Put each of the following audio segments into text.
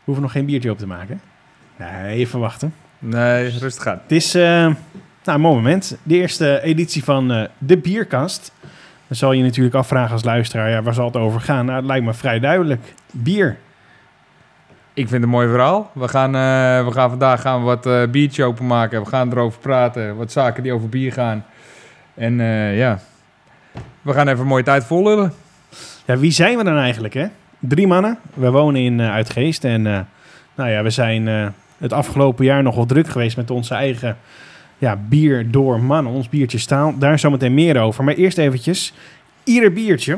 hoeven nog geen biertje op te maken. Nee, even wachten. Nee, rustig aan. Het is een mooi moment. De eerste editie van de Bierkast. Dan zal je natuurlijk afvragen als luisteraar, ja, waar zal het over gaan? Nou, het lijkt me vrij duidelijk. Bier. Ik vind het een mooi verhaal. We gaan vandaag wat biertje openmaken. We gaan erover praten. Wat zaken die over bier gaan. En we gaan even een mooie tijd vollullen. Ja, wie zijn we dan eigenlijk, hè? 3 mannen. We wonen in Uitgeest. En we zijn het afgelopen jaar nog wel druk geweest met onze eigen bier door mannen. Ons biertje staal. Daar zometeen meer over. Maar eerst eventjes. Ieder biertje.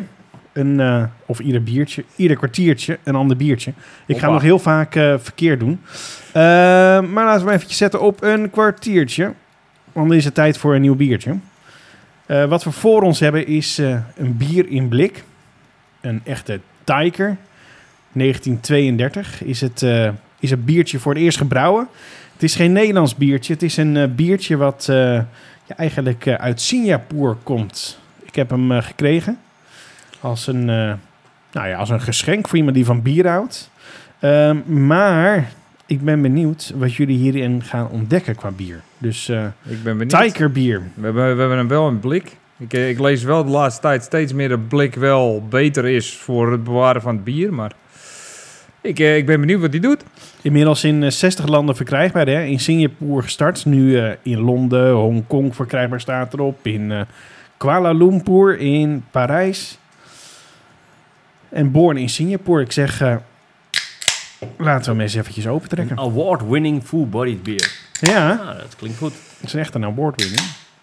Ieder kwartiertje een ander biertje. Ik ga nog heel vaak verkeerd doen. Maar laten we eventjes zetten op een kwartiertje. Want dan is het tijd voor een nieuw biertje. Wat we voor ons hebben is een bier in blik. Een echte Tiger. 1932 is het biertje voor het eerst gebrouwen. Het is geen Nederlands biertje. Het is een biertje wat eigenlijk uit Singapore komt. Ik heb hem gekregen. Als een geschenk voor iemand die van bier houdt. Maar ik ben benieuwd wat jullie hierin gaan ontdekken qua bier. Dus ik ben benieuwd. Tiger bier. We hebben hem wel in blik. Ik lees wel de laatste tijd steeds meer dat blik wel beter is voor het bewaren van het bier. Maar ik ben benieuwd wat hij doet. Inmiddels in 60 landen verkrijgbaar. Hè? In Singapore gestart. Nu in Londen, Hongkong verkrijgbaar staat erop. In Kuala Lumpur, in Parijs. En born in Singapore. Ik zeg, laten we hem eens eventjes opentrekken. Een award-winning full-bodied beer. Ja. Dat klinkt goed. Het is echt een award-winning.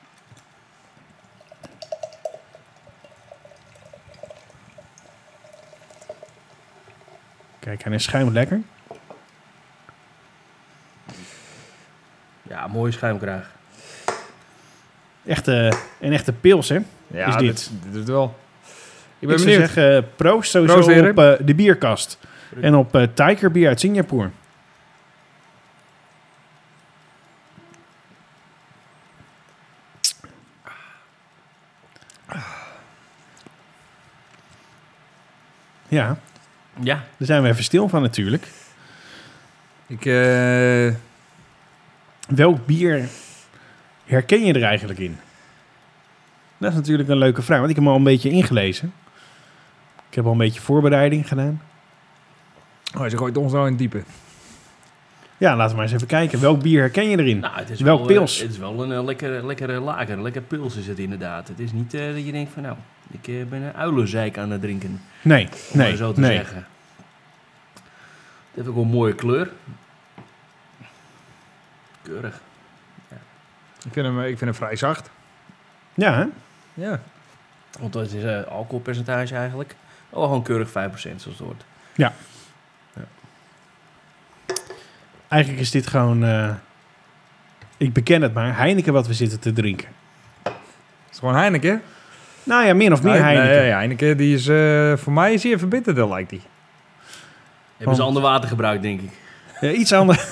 Kijk, hij is schuim lekker. Ja, mooie schuimkraag. Een echte pils, hè? Ja, is dit. Dit is wel. Ik ben zou benieuwd. zeggen, proost sowieso Proost, heren. op de bierkast. En op Tiger bier uit Singapore. Ja, Ja, daar zijn we even stil van natuurlijk. Welk bier herken je er eigenlijk in? Dat is natuurlijk een leuke vraag, want ik heb me al een beetje ingelezen. Ik heb al een beetje voorbereiding gedaan. Ze gooit ons nou in het diepe. Ja, laten we maar eens even kijken. Welk bier herken je erin? nou, het is Welk wel, pils? Het is wel een lekkere lager, een lekker pils is het inderdaad. Het is niet dat je denkt van nou, ik ben een uilenzeik aan het drinken. Nee, Om maar zo te zeggen. Het heeft ook wel een mooie kleur. Keurig. Ik vind hem vrij zacht. Ja, hè? Ja. Want dat is alcoholpercentage eigenlijk. Oh, gewoon keurig 5% zoals het hoort. Ja. Eigenlijk is dit gewoon, ik beken het maar, Heineken wat we zitten te drinken. Het is gewoon Heineken. Nou ja, min of meer Heineken. Nee, Heineken, die is, voor mij is hij even bitterder, lijkt die. Hebben ze ander water gebruikt, denk ik. Ja, iets anders.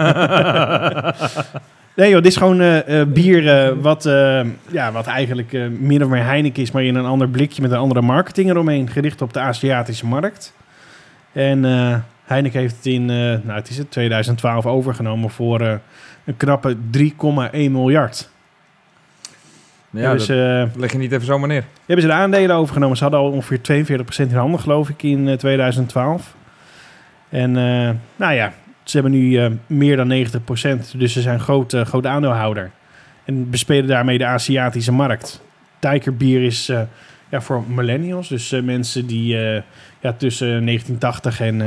Nee joh, dit is gewoon bier wat eigenlijk min of meer Heineken is, maar in een ander blikje met een andere marketing eromheen, gericht op de Aziatische markt. En Heineken heeft het in 2012 overgenomen voor een knappe 3,1 miljard. Ja, dat leg je niet even zomaar neer. Hebben ze de aandelen overgenomen. Ze hadden al ongeveer 42% in handen, geloof ik, in 2012. En ze hebben nu meer dan 90%. Dus ze zijn groot aandeelhouder. En bespelen daarmee de Aziatische markt. Tiger bier is voor millennials. Dus mensen die tussen 1980 en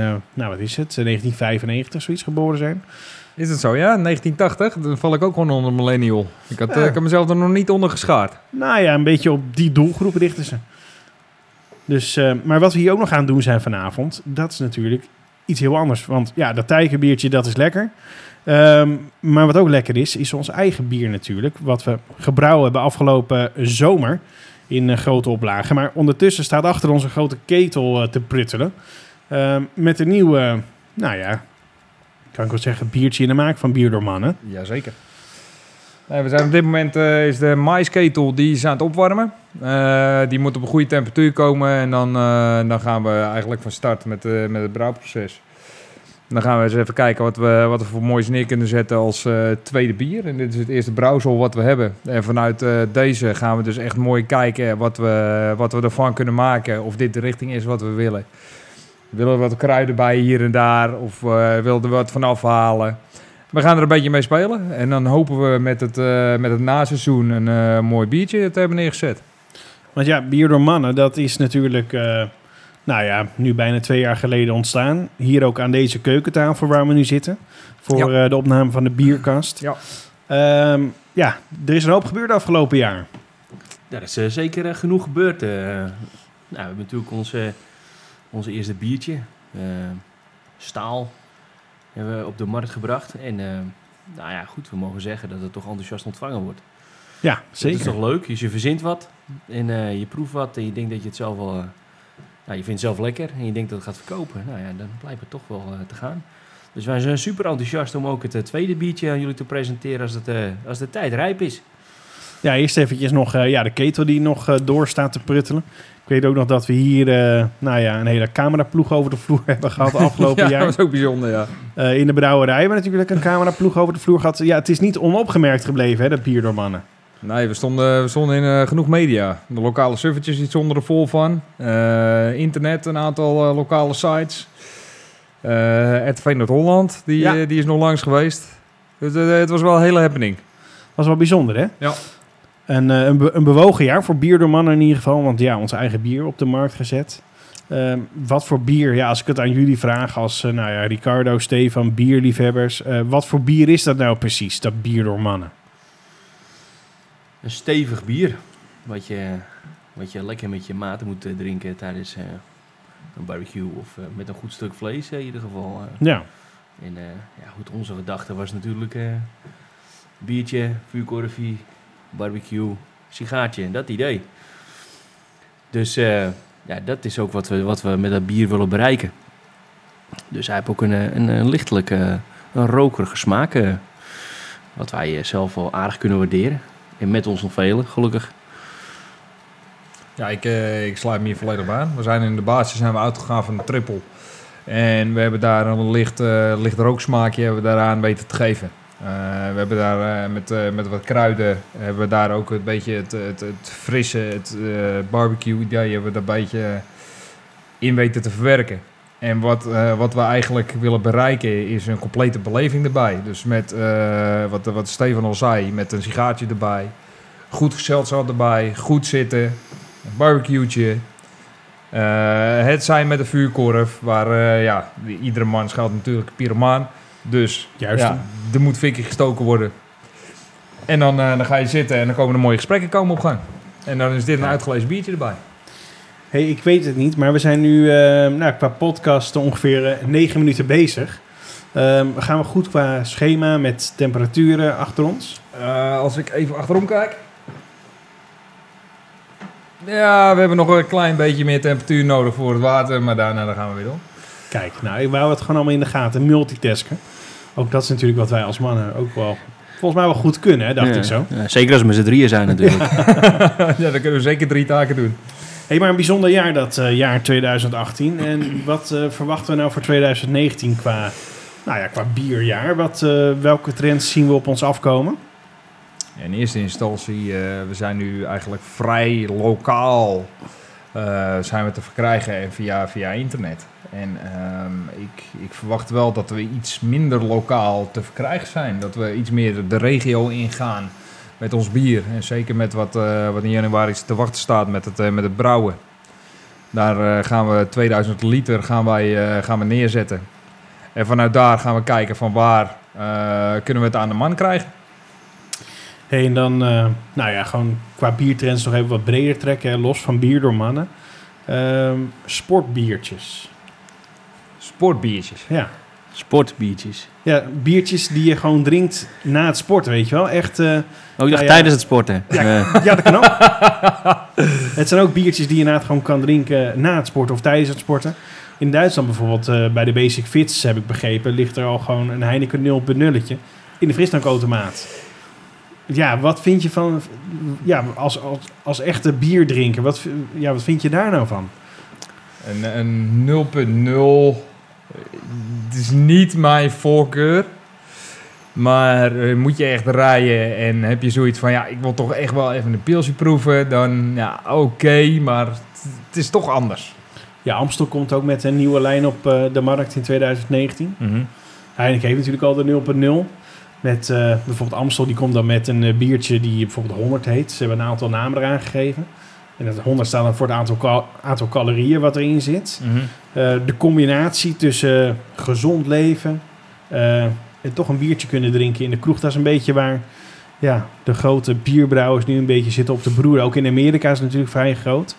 1995 zoiets geboren zijn. Is het zo, ja? 1980? Dan val ik ook gewoon onder millennial. Ik had mezelf er nog niet onder geschaard. Nou ja, een beetje op die doelgroep richten ze. Dus, maar wat we hier ook nog gaan doen zijn vanavond, dat is natuurlijk iets heel anders. Want ja, dat tijgerbiertje, dat is lekker. Maar wat ook lekker is ons eigen bier natuurlijk. Wat we gebrouwen hebben afgelopen zomer in grote oplagen. Maar ondertussen staat achter ons een grote ketel te pruttelen. Met een nieuwe, kan ik wel zeggen, biertje in de maak van Bier door Mannen. Jazeker. We zijn op dit moment is de maisketel die is aan het opwarmen. Die moet op een goede temperatuur komen en dan gaan we eigenlijk van start met het brouwproces. Dan gaan we eens even kijken wat we voor moois neer kunnen zetten als tweede bier. En dit is het eerste brouwsel wat we hebben. En vanuit deze gaan we dus echt mooi kijken wat we ervan kunnen maken. Of dit de richting is wat we willen. Willen we wat kruiden bij hier en daar? Of willen we er wat van afhalen? We gaan er een beetje mee spelen. En dan hopen we met het naseizoen een mooi biertje te hebben neergezet. Want ja, Bier door Mannen, dat is natuurlijk... nu bijna 2 jaar geleden ontstaan. Hier ook aan deze keukentafel waar we nu zitten. Voor de opname van de bierkast. Ja. Er is een hoop gebeurd afgelopen jaar. Daar is zeker genoeg gebeurd. We hebben natuurlijk onze eerste biertje. Staal. Hebben we op de markt gebracht. En goed, we mogen zeggen dat het toch enthousiast ontvangen wordt. Ja, zeker. Dat is toch leuk? Dus je verzint wat. En je proeft wat. En je denkt dat je het zelf wel... je vindt het zelf lekker en je denkt dat het gaat verkopen. Dan blijkt het toch wel te gaan. Dus wij zijn super enthousiast om ook het tweede biertje aan jullie te presenteren als de tijd rijp is. Ja, eerst eventjes nog de ketel die nog door staat te pruttelen. Ik weet ook nog dat we hier een hele cameraploeg over de vloer hebben gehad afgelopen jaar. Ja, dat was ook bijzonder, ja. In de brouwerij hebben we natuurlijk een cameraploeg over de vloer gehad. Ja, het is niet onopgemerkt gebleven, hè, dat Bier door Mannen. Nee, we stonden in genoeg media. De lokale suffertjes die stonden er vol van. Internet, een aantal lokale sites. RTV Noord-Holland, die is nog langs geweest. Het was wel een hele happening. Was wel bijzonder, hè? Ja. En een bewogen jaar voor Bier door Mannen in ieder geval. Want ja, ons eigen bier op de markt gezet. Wat voor bier? Ja, als ik het aan jullie vraag als Ricardo, Stefan, bierliefhebbers. Wat voor bier is dat nou precies, dat Bier door Mannen? Een stevig bier. Wat je lekker met je maten moet drinken tijdens een barbecue. Of met een goed stuk vlees in ieder geval. Ja. En goed, onze gedachte was natuurlijk biertje, vuurkorfie, barbecue, sigaartje. Dat idee. Dus dat is ook wat we met dat bier willen bereiken. Dus hij heeft ook een lichtelijk een rokerige smaak. Wat wij zelf wel aardig kunnen waarderen. En met ons nog velen, gelukkig. Ja, ik sluit me hier volledig bij aan. We zijn in de basis uitgegaan van de triple. En we hebben daar een licht rooksmaakje hebben we daaraan weten te geven. We hebben daar met wat kruiden hebben we daar ook een beetje het frisse, het barbecue idee hebben we daar een beetje in weten te verwerken. En wat we eigenlijk willen bereiken is een complete beleving erbij. Dus met wat Stefan al zei, met een sigaartje erbij, goed gezelschap erbij, goed zitten, een barbecue'tje. Het zijn met een vuurkorf, waar iedere man schuilt natuurlijk een pyromaan. Dus juist. Ja, er moet fikkie gestoken worden. En dan ga je zitten en dan komen er mooie gesprekken op gang. En dan is dit een uitgelezen biertje erbij. Hey, ik weet het niet, maar we zijn nu qua podcast ongeveer 9 minuten bezig. Gaan we goed qua schema met temperaturen achter ons? Als ik even achterom kijk. Ja, we hebben nog een klein beetje meer temperatuur nodig voor het water, maar daarna gaan we weer door. Kijk, ik wou het gewoon allemaal in de gaten. Multitasken. Ook dat is natuurlijk wat wij als mannen ook wel, volgens mij wel goed kunnen, hè, dacht ik zo. Ja, zeker als we met z'n drieën zijn natuurlijk. Ja, dan kunnen we zeker 3 taken doen. Hey, maar een bijzonder jaar dat jaar 2018. En wat verwachten we nou voor 2019 qua bierjaar? Welke trends zien we op ons afkomen? In eerste instantie, we zijn nu eigenlijk vrij lokaal zijn we te verkrijgen en via internet. En ik verwacht wel dat we iets minder lokaal te verkrijgen zijn. Dat we iets meer de regio ingaan met ons bier. En zeker met wat in januari te wachten staat met het brouwen. Daar gaan we 2000 liter gaan we neerzetten. En vanuit daar gaan we kijken van waar kunnen we het aan de man krijgen. Hey, en dan gewoon qua biertrends nog even wat breder trekken. Hè, los van Bier door Mannen. Sportbiertjes. Sportbiertjes? Ja. Sportbiertjes. Ja, biertjes die je gewoon drinkt na het sporten, weet je wel. Echt... ik dacht tijdens het sporten. Ja, dat kan ook. Het zijn ook biertjes die je inderdaad gewoon kan drinken na het sporten of tijdens het sporten. In Duitsland bijvoorbeeld, bij de Basic Fits, heb ik begrepen, ligt er al gewoon een Heineken 0.0'tje in de frisdrankautomaat. Ja, wat vind je van... Ja, als echte bierdrinker, wat vind je daar nou van? Een 0.0 Het is niet mijn voorkeur. Maar moet je echt rijden en heb je zoiets van... ja, ik wil toch echt wel even een pilsje proeven... dan ja, oké, maar het is toch anders. Ja, Amstel komt ook met een nieuwe lijn op de markt in 2019. Mm-hmm. Heineken heeft natuurlijk al de 0.0. Met bijvoorbeeld Amstel, die komt dan met een biertje die bijvoorbeeld 100 heet. Ze hebben een aantal namen eraan gegeven. En dat 100 staat dan voor het aantal calorieën wat erin zit. Mm-hmm. De combinatie tussen gezond leven en toch een biertje kunnen drinken in de kroeg. Dat is een beetje waar de grote bierbrouwers nu een beetje zitten op de broer. Ook in Amerika is het natuurlijk vrij groot.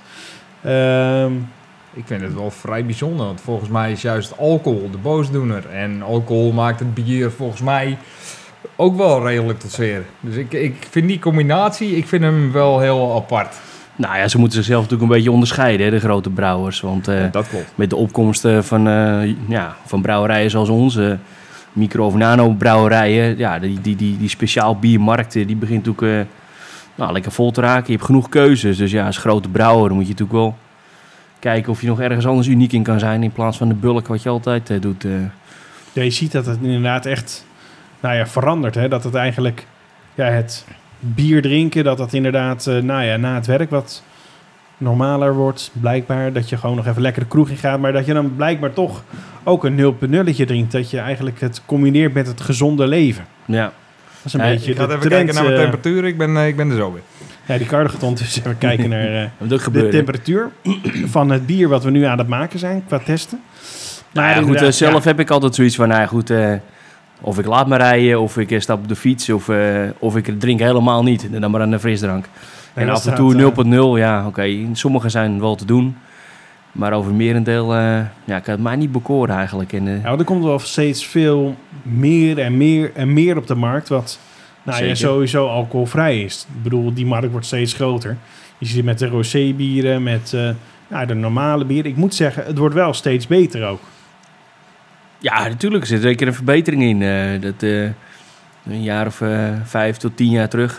Ik vind het wel vrij bijzonder, want volgens mij is juist alcohol de boosdoener. En alcohol maakt het bier volgens mij ook wel redelijk tot zeer. Dus ik vind die combinatie, ik vind hem wel heel apart. Nou ja, ze moeten zichzelf natuurlijk een beetje onderscheiden, hè, de grote brouwers. Want Dat klopt. met de opkomst van brouwerijen zoals onze, micro- of nano-brouwerijen, ja, die speciaal biermarkten, die begint natuurlijk lekker vol te raken. Je hebt genoeg keuzes, dus ja, als grote brouwer dan moet je natuurlijk wel kijken of je nog ergens anders uniek in kan zijn in plaats van de bulk wat je altijd doet. Ja, je ziet dat het inderdaad echt verandert. Hè? Dat het eigenlijk het bier drinken, dat inderdaad na het werk wat normaler wordt. Blijkbaar dat je gewoon nog even lekker de kroeg in gaat. Maar dat je dan blijkbaar toch ook een 0.0'tje drinkt. Dat je eigenlijk het combineert met het gezonde leven. Ja. Dat is een beetje Ik ga de even trend, kijken naar mijn temperatuur. Ik ben er zo weer. Ja, die cardigan, dus even kijken naar Wat ook de gebeurt. temperatuur van het bier wat we nu aan het maken zijn qua testen. Nou ja, goed, inderdaad, zelf heb ik altijd zoiets van, of ik laat me rijden, of ik stap op de fiets, of ik drink helemaal niet. En dan maar een frisdrank. Nee, En dat af en staat, toe 0.0, ja, oké. Sommige zijn wel te doen. Maar over merendeel kan het mij niet bekoren eigenlijk. En, Ja, er komt wel steeds veel meer en meer op de markt, wat sowieso alcoholvrij is. Ik bedoel, die markt wordt steeds groter. Je ziet het met de rosé-bieren, met de normale bieren. Ik moet zeggen, het wordt wel steeds beter ook. Ja, natuurlijk. Er zit zeker een verbetering in. Een jaar of 5 tot 10 jaar terug...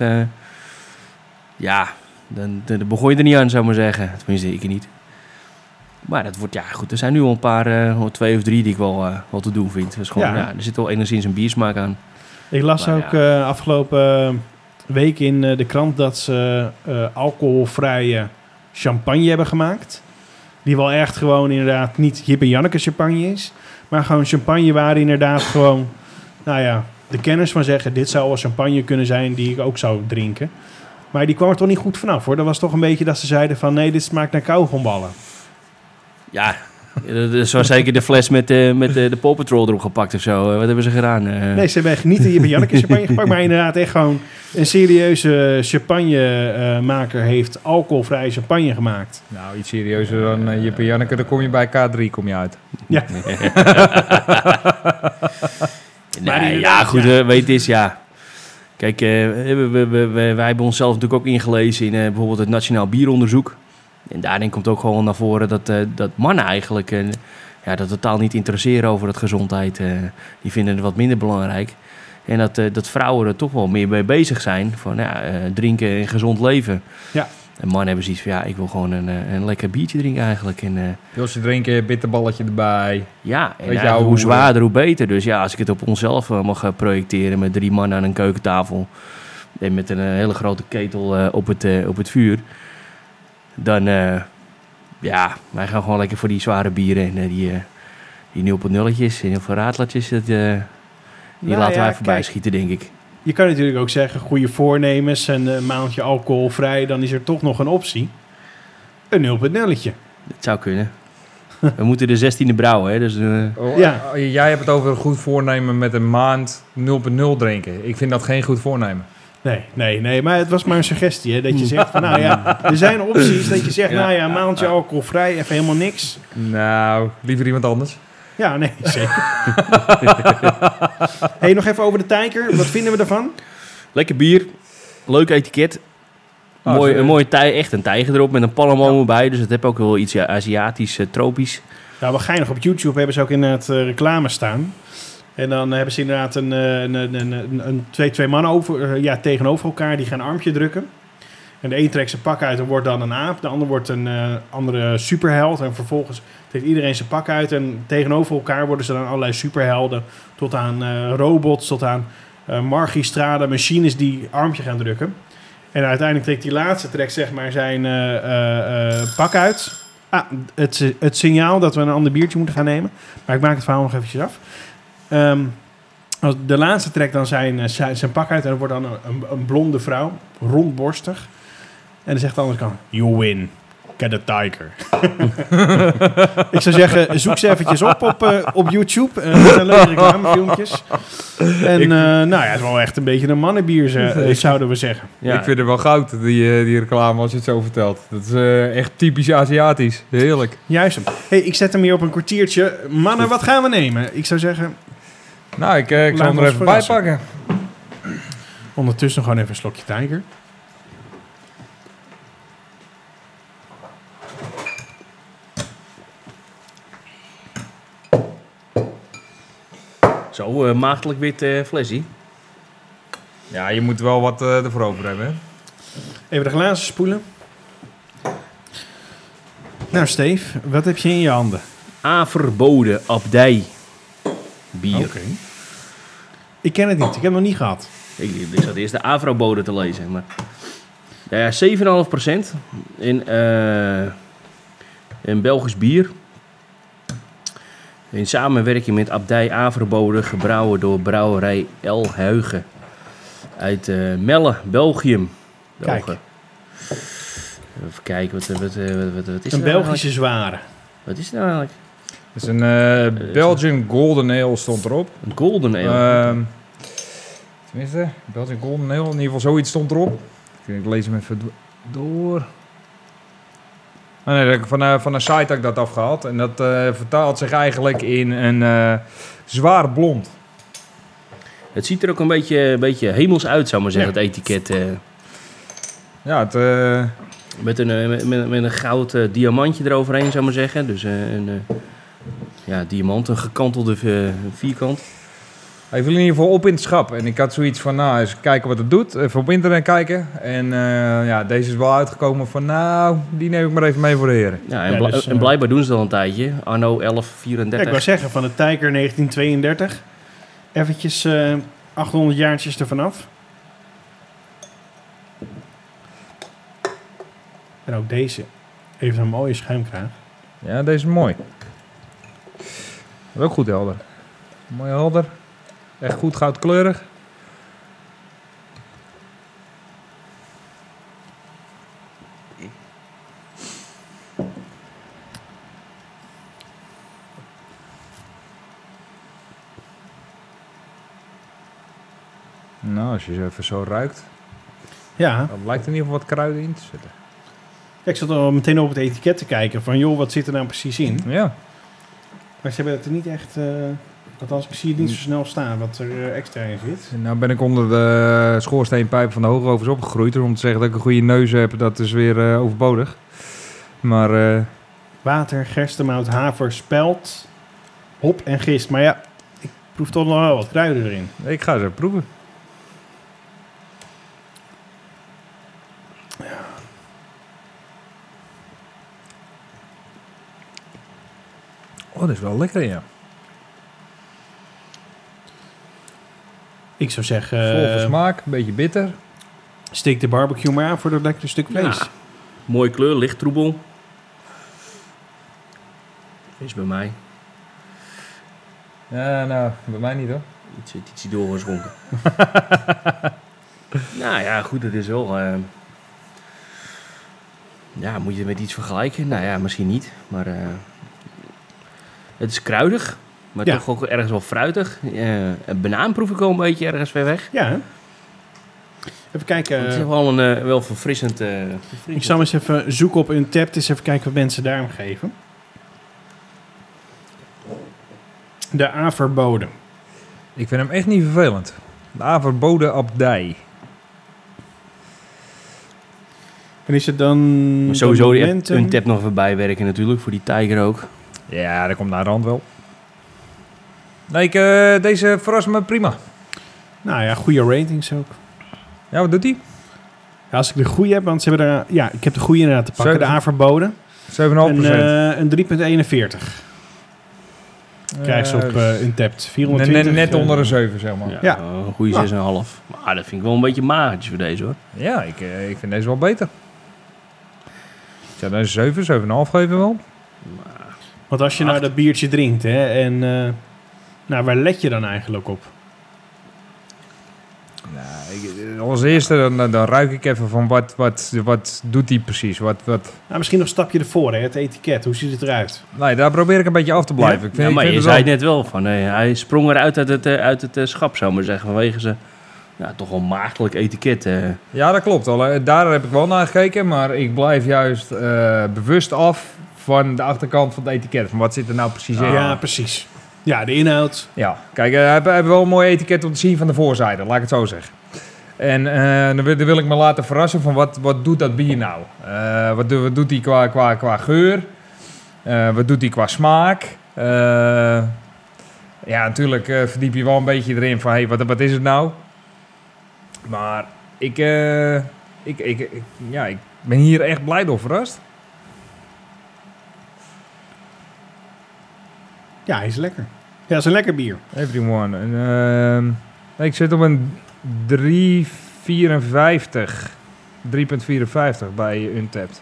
dan begon je er niet aan, zou ik maar zeggen. Tenminste, ik niet. Maar dat wordt, goed. Er zijn nu al een paar, 2 of 3 die ik wel te doen vind. Dus gewoon, er zit wel enigszins een biersmaak aan. Ik las ook afgelopen week in de krant dat ze alcoholvrije champagne hebben gemaakt. Die wel echt gewoon inderdaad niet Jip en Janneke champagne is. Maar gewoon champagne waar inderdaad gewoon, de kennis van zeggen, dit zou wel champagne kunnen zijn die ik ook zou drinken. Maar die kwam er toch niet goed vanaf, hoor. Dat was toch een beetje dat ze zeiden van, nee, dit smaakt naar kauwgomballen. Ja, dat was zeker de fles met de Paw Patrol erop gepakt of zo. Wat hebben ze gedaan? Nee, ze hebben echt niet de Jip en Janneke champagne gepakt, maar inderdaad echt gewoon een serieuze champagnemaker heeft alcoholvrije champagne gemaakt. Nou, iets serieuzer dan Jip en Janneke, dan kom je bij K3 uit. Ja. Weet eens, ja. Kijk, wij hebben onszelf natuurlijk ook ingelezen in bijvoorbeeld het Nationaal Bieronderzoek. En daarin komt ook gewoon naar voren dat mannen eigenlijk dat totaal niet interesseren over dat gezondheid. Die vinden het wat minder belangrijk. En dat vrouwen er toch wel meer mee bezig zijn van drinken en gezond leven. Ja. En mannen hebben zoiets van, ik wil gewoon een lekker biertje drinken eigenlijk. En, Pilsje drinken, bitterballetje erbij. Ja, en hoe zwaarder, hoe beter. Dus ja, als ik het op onszelf mag projecteren met 3 mannen aan een keukentafel en met een hele grote ketel op het vuur, dan wij gaan gewoon lekker voor die zware bieren en die 0.0'tjes en heel veel radlertjes, die laten wij voorbij schieten, denk ik. Je kan natuurlijk ook zeggen, goede voornemens en een maandje alcoholvrij, dan is er toch nog een optie. Een 0.0'tje. Dat zou kunnen. We moeten de 16e brouwen, hè. Dus, Jij hebt het over een goed voornemen met een maand 0.0 drinken. Ik vind dat geen goed voornemen. Nee, maar het was maar een suggestie, hè, dat je zegt van, er zijn opties dat je zegt, een maandje alcoholvrij, even helemaal niks. Nou, liever iemand anders. Ja, nee, zeker. Hey, nog even over de Tijker. Wat vinden we ervan? Lekker bier. Leuk etiket. Een mooie echt een tijger erop met een palmboom erbij. Dus het heeft ook wel iets Aziatisch, tropisch. Nou, wat geinig. Op YouTube hebben ze ook inderdaad reclame staan. En dan hebben ze inderdaad twee mannen tegenover elkaar. Die gaan een armpje drukken. En de een trekt zijn pak uit en wordt dan een aap. De ander wordt een andere superheld. En vervolgens trekt iedereen zijn pak uit. En tegenover elkaar worden ze dan allerlei superhelden. Tot aan robots, tot aan magistralen, machines die armpje gaan drukken. En uiteindelijk trekt die laatste zeg maar zijn pak uit. Het signaal dat we een ander biertje moeten gaan nemen. Maar ik maak het verhaal nog eventjes af. Als de laatste trekt dan zijn pak uit. En er wordt dan een blonde vrouw. Rondborstig. En dan zegt de andere kant: you win. Get a tiger. Ik zou zeggen, zoek ze eventjes op YouTube. Er zijn leuke reclamefilmpjes. En het is wel echt een beetje een mannenbier, zouden we zeggen. Ja. Ik vind het wel goud, die reclame, als je het zo vertelt. Dat is echt typisch Aziatisch. Heerlijk. Juist. Hey, ik zet hem hier op een kwartiertje. Mannen, wat gaan we nemen? Ik zou zeggen... Nou, ik zal hem er even bij pakken. Ondertussen gewoon even een slokje Tiger. Zo, maagdelijk wit flesje. Ja, je moet wel wat ervoor over hebben, hè? Even de glazen spoelen. Nou, Steve, wat heb je in je handen? Averboden Abdij bier. Oké. Ik ken het niet, ik heb het nog niet gehad. Ik zat eerst de Averboden te lezen. Maar... Ja, 7,5% in Belgisch bier. In samenwerking met Abdij Averboden, gebrouwen door brouwerij El Huigen. Uit Melle, België. Kijk. Even kijken, wat is een nou Belgische zware. Wat is het nou eigenlijk? Het is een Belgian Golden Ale stond erop. Een Golden Ale? Tenminste, Belgian Golden Ale. In ieder geval zoiets stond erop. Ik lees hem even door. Oh nee, van een site heb ik dat afgehaald. En dat vertaalt zich eigenlijk in een zwaar blond. Het ziet er ook een beetje hemels uit, zou maar zeggen, het etiket. Ja, het... Met een goud diamantje eroverheen, zou maar zeggen. Dus een diamant, een gekantelde vierkant. Hij viel in ieder geval op in het schap. En ik had zoiets van, nou, eens kijken wat het doet. Even op internet kijken. En deze is wel uitgekomen van, nou, die neem ik maar even mee voor de heren. Ja, en blijkbaar doen ze dat al een tijdje. Anno 1134. Ja, ik wou zeggen, van de Tiger 1932. Eventjes 800 jaartjes ervan af. En ook deze heeft een mooie schuimkraag. Ja, deze is mooi. Ook goed helder. Mooi helder. Echt goed goudkleurig. Nou, als je ze even zo ruikt. Ja. Dan lijkt er in ieder geval wat kruiden in te zitten. Ja, ik zat al meteen op het etiket te kijken van, joh, wat zit er nou precies in? Ja. Maar ze hebben het er niet echt... althans, ik zie het niet zo snel staan wat er extra in zit. Nou ben ik onder de schoorsteenpijp van de Hoogovens opgegroeid. Om te zeggen dat ik een goede neus heb, dat is weer overbodig. Maar... Water, gerstemout, haver, spelt, hop en gist. Maar ja, ik proef toch nog wel wat kruiden erin. Ik ga ze even proeven. Oh, dat is wel lekker, ja. Ik zou zeggen... Vol van smaak, een beetje bitter. Steek de barbecue maar aan voor dat lekkere stuk vlees. Ja, mooie kleur, licht troebel. Is bij mij. Ja, nou, bij mij niet hoor. Ietsje doorgeschonken. Nou ja, goed, het is wel... moet je het met iets vergelijken? Nou ja, misschien niet. Maar het is kruidig. Maar toch ook ergens wel fruitig. Een banaan proef ik wel een beetje ergens ver weg. Ja, hè? Even kijken. Het is wel een wel verfrissend... Ik zal eens even zoeken op Untappd. Eens even kijken wat mensen daarom geven. De Averboden. Ik vind hem echt niet vervelend. De Averboden Abdij. En is het dan... Maar sowieso een tap nog even bijwerken natuurlijk. Voor die Tiger ook. Ja, dat komt naar de hand wel. Nee, deze verrast me prima. Nou ja, goede ratings ook. Ja, wat doet hij? Ja, als ik de goede heb, want ze hebben er... Ja, ik heb de goede inderdaad te pakken. De A-verboden. 7,5%. Een 3,41. Krijg ze op Untapped. 420. Net onder een 7, zeg maar. Ja. Een goede 6,5. Maar dat vind ik wel een beetje magertjes voor deze, hoor. Ja, ik vind deze wel beter. Ik zou deze 7,5 geven wel. Want als je nou dat biertje drinkt, hè, en nou, waar let je dan eigenlijk op? Nou, als eerste dan ruik ik even van wat doet hij precies? Wat... Nou, misschien nog een stapje ervoor, hè, het etiket. Hoe ziet het eruit? Nee, daar probeer ik een beetje af te blijven. Ja? Maar je zei het net wel van, hij sprong eruit uit het schap, zou ik maar zeggen, vanwege zijn toch wel maagdelijk etiket. Ja, dat klopt al. Daar heb ik wel naar gekeken, maar ik blijf juist bewust af van de achterkant van het etiket. Van wat zit er nou precies in? Ja, precies. Ja, de inhoud. Ja, kijk, hij heeft wel een mooi etiket om te zien van de voorzijde, laat ik het zo zeggen. En dan wil ik me laten verrassen van wat doet dat bier nou? Wat doet hij qua geur? Wat doet hij qua smaak? Ja, natuurlijk verdiep je wel een beetje erin van, hey, wat is het nou? Maar ik ben hier echt blij door verrast. Ja, hij is lekker. Ja, dat is een lekker bier. Everyone. En, ik zit op een 3,54. 3,54 bij Untapped.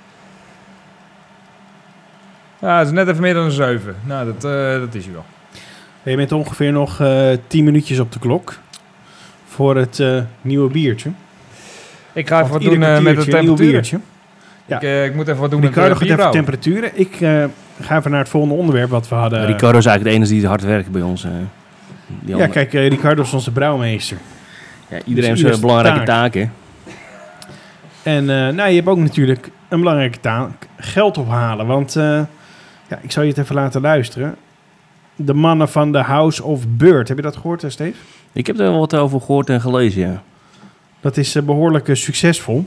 Ja, dat is net even meer dan een 7. Nou, dat is hij wel. Je bent ongeveer nog 10 minuutjes op de klok voor het nieuwe biertje. Ik ga even wat doen met de temperatuur. Ja. Ik moet even wat doen met de Ricardo gaat even bierbrouwen. temperaturen. Ik ga even naar het volgende onderwerp wat we hadden. Ricardo is eigenlijk de enige die hard werkt bij ons. Ja, kijk, Ricardo is onze brouwmeester. Ja, iedereen heeft zijn belangrijke taken. En je hebt ook natuurlijk een belangrijke taak. Geld ophalen. Want ik zal je het even laten luisteren. De mannen van de House of Bird. Heb je dat gehoord, Steve? Ik heb er wel wat over gehoord en gelezen, ja. Dat is behoorlijk succesvol.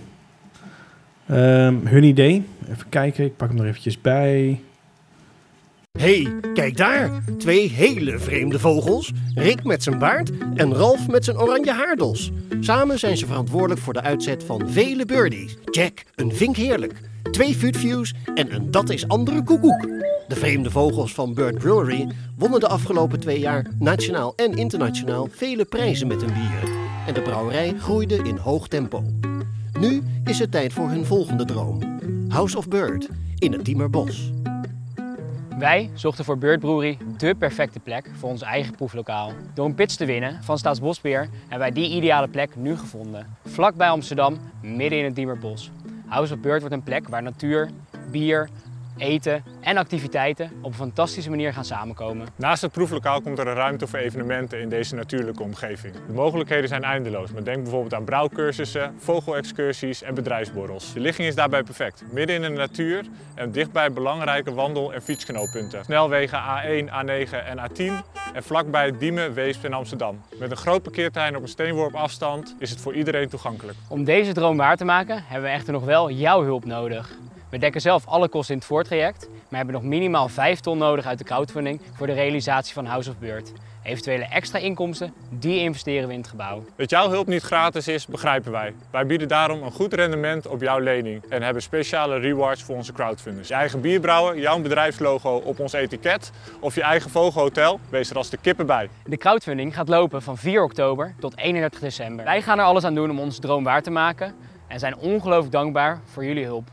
Hun idee. Even kijken, ik pak hem er eventjes bij. Hey, kijk daar. 2 hele vreemde vogels. Rick met zijn baard en Ralf met zijn oranje haardos. Samen zijn ze verantwoordelijk voor de uitzet van vele birdies. Jack, een vink heerlijk. 2 futviews en een dat is andere koekoek. De vreemde vogels van Bird Brewery wonnen de afgelopen 2 jaar nationaal en internationaal vele prijzen met hun bieren. En de brouwerij groeide in hoog tempo. Nu is het tijd voor hun volgende droom. House of Bird in het Diemerbos. Wij zochten voor Bird Brewery dé perfecte plek voor ons eigen proeflokaal. Door een pitch te winnen van Staatsbosbeheer hebben wij die ideale plek nu gevonden. Vlakbij Amsterdam, midden in het Diemerbos. House of Bird wordt een plek waar natuur, bier, eten en activiteiten op een fantastische manier gaan samenkomen. Naast het proeflokaal komt er een ruimte voor evenementen in deze natuurlijke omgeving. De mogelijkheden zijn eindeloos, maar denk bijvoorbeeld aan brouwcursussen, vogelexcursies en bedrijfsborrels. De ligging is daarbij perfect, midden in de natuur en dichtbij belangrijke wandel- en fietsknooppunten. Snelwegen A1, A9 en A10 en vlakbij Diemen, Weesp en Amsterdam. Met een groot parkeerterrein op een steenworp afstand is het voor iedereen toegankelijk. Om deze droom waar te maken hebben we echter nog wel jouw hulp nodig. We dekken zelf alle kosten in het voortraject, maar hebben nog minimaal 5 ton nodig uit de crowdfunding voor de realisatie van House of Bird. Eventuele extra inkomsten, die investeren we in het gebouw. Dat jouw hulp niet gratis is, begrijpen wij. Wij bieden daarom een goed rendement op jouw lening en hebben speciale rewards voor onze crowdfunders. Je eigen bier brouwen, jouw bedrijfslogo op ons etiket of je eigen vogelhotel, wees er als de kippen bij. De crowdfunding gaat lopen van 4 oktober tot 31 december. Wij gaan er alles aan doen om onze droom waar te maken en zijn ongelooflijk dankbaar voor jullie hulp.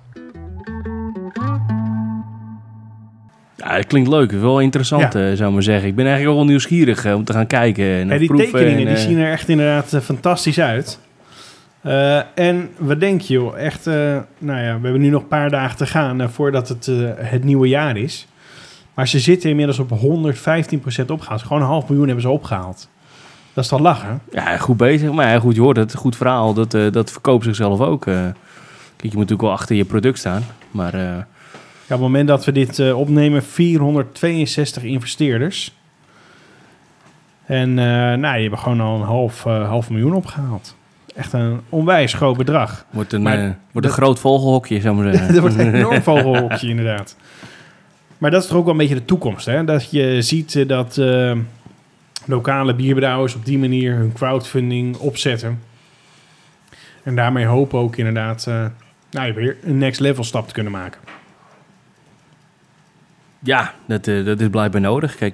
Ja, het klinkt leuk. Wel interessant, zou ik maar zeggen. Ik ben eigenlijk wel nieuwsgierig om te gaan kijken en die proeven. Tekeningen die zien er echt inderdaad fantastisch uit. En wat denk je, joh? Echt, we hebben nu nog een paar dagen te gaan voordat het nieuwe jaar is. Maar ze zitten inmiddels op 115% opgehaald. Gewoon 500.000 hebben ze opgehaald. Dat is toch lachen? Ja, goed bezig. Maar ja, goed, je hoort het. Goed verhaal. Dat verkoopt zichzelf ook. Kijk, je moet natuurlijk wel achter je product staan. Maar... Ja, op het moment dat we dit opnemen, 462 investeerders. En die hebben gewoon al een 500.000 opgehaald. Echt een onwijs groot bedrag. Wordt een groot vogelhokje, zou ik maar zeggen. Dat wordt een enorm vogelhokje, inderdaad. Maar dat is toch ook wel een beetje de toekomst, hè? Dat je ziet dat lokale bierbrouwers op die manier hun crowdfunding opzetten. En daarmee hopen ook inderdaad weer een next level stap te kunnen maken. Ja, dat is blijkbaar nodig. Kijk,